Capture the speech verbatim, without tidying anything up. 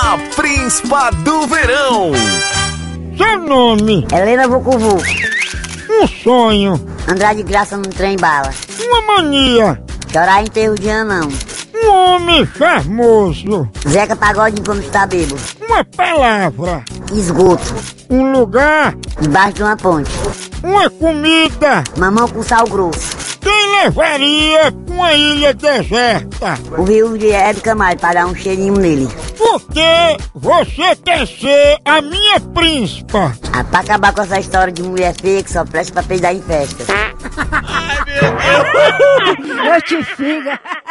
A príncipa do verão. Seu nome? Helena Vucuvu. Um sonho? Andar de graça num trem bala. Uma mania? Chorar em enterro de anão. Um homem charmoso? Zeca Pagodinho quando está bêbado. Uma palavra? Esgoto. Um lugar? Debaixo de uma ponte. Uma comida? Mamão com sal grosso. Quem levaria pra uma ilha deserta? O Rio de Hebe Camargo para dar um cheirinho nele. Por que você quer ser a minha príncipa? Ah, pra acabar com essa história de mulher feia que só presta pra peidar em festa. Ai, meu Deus! Eu te fico.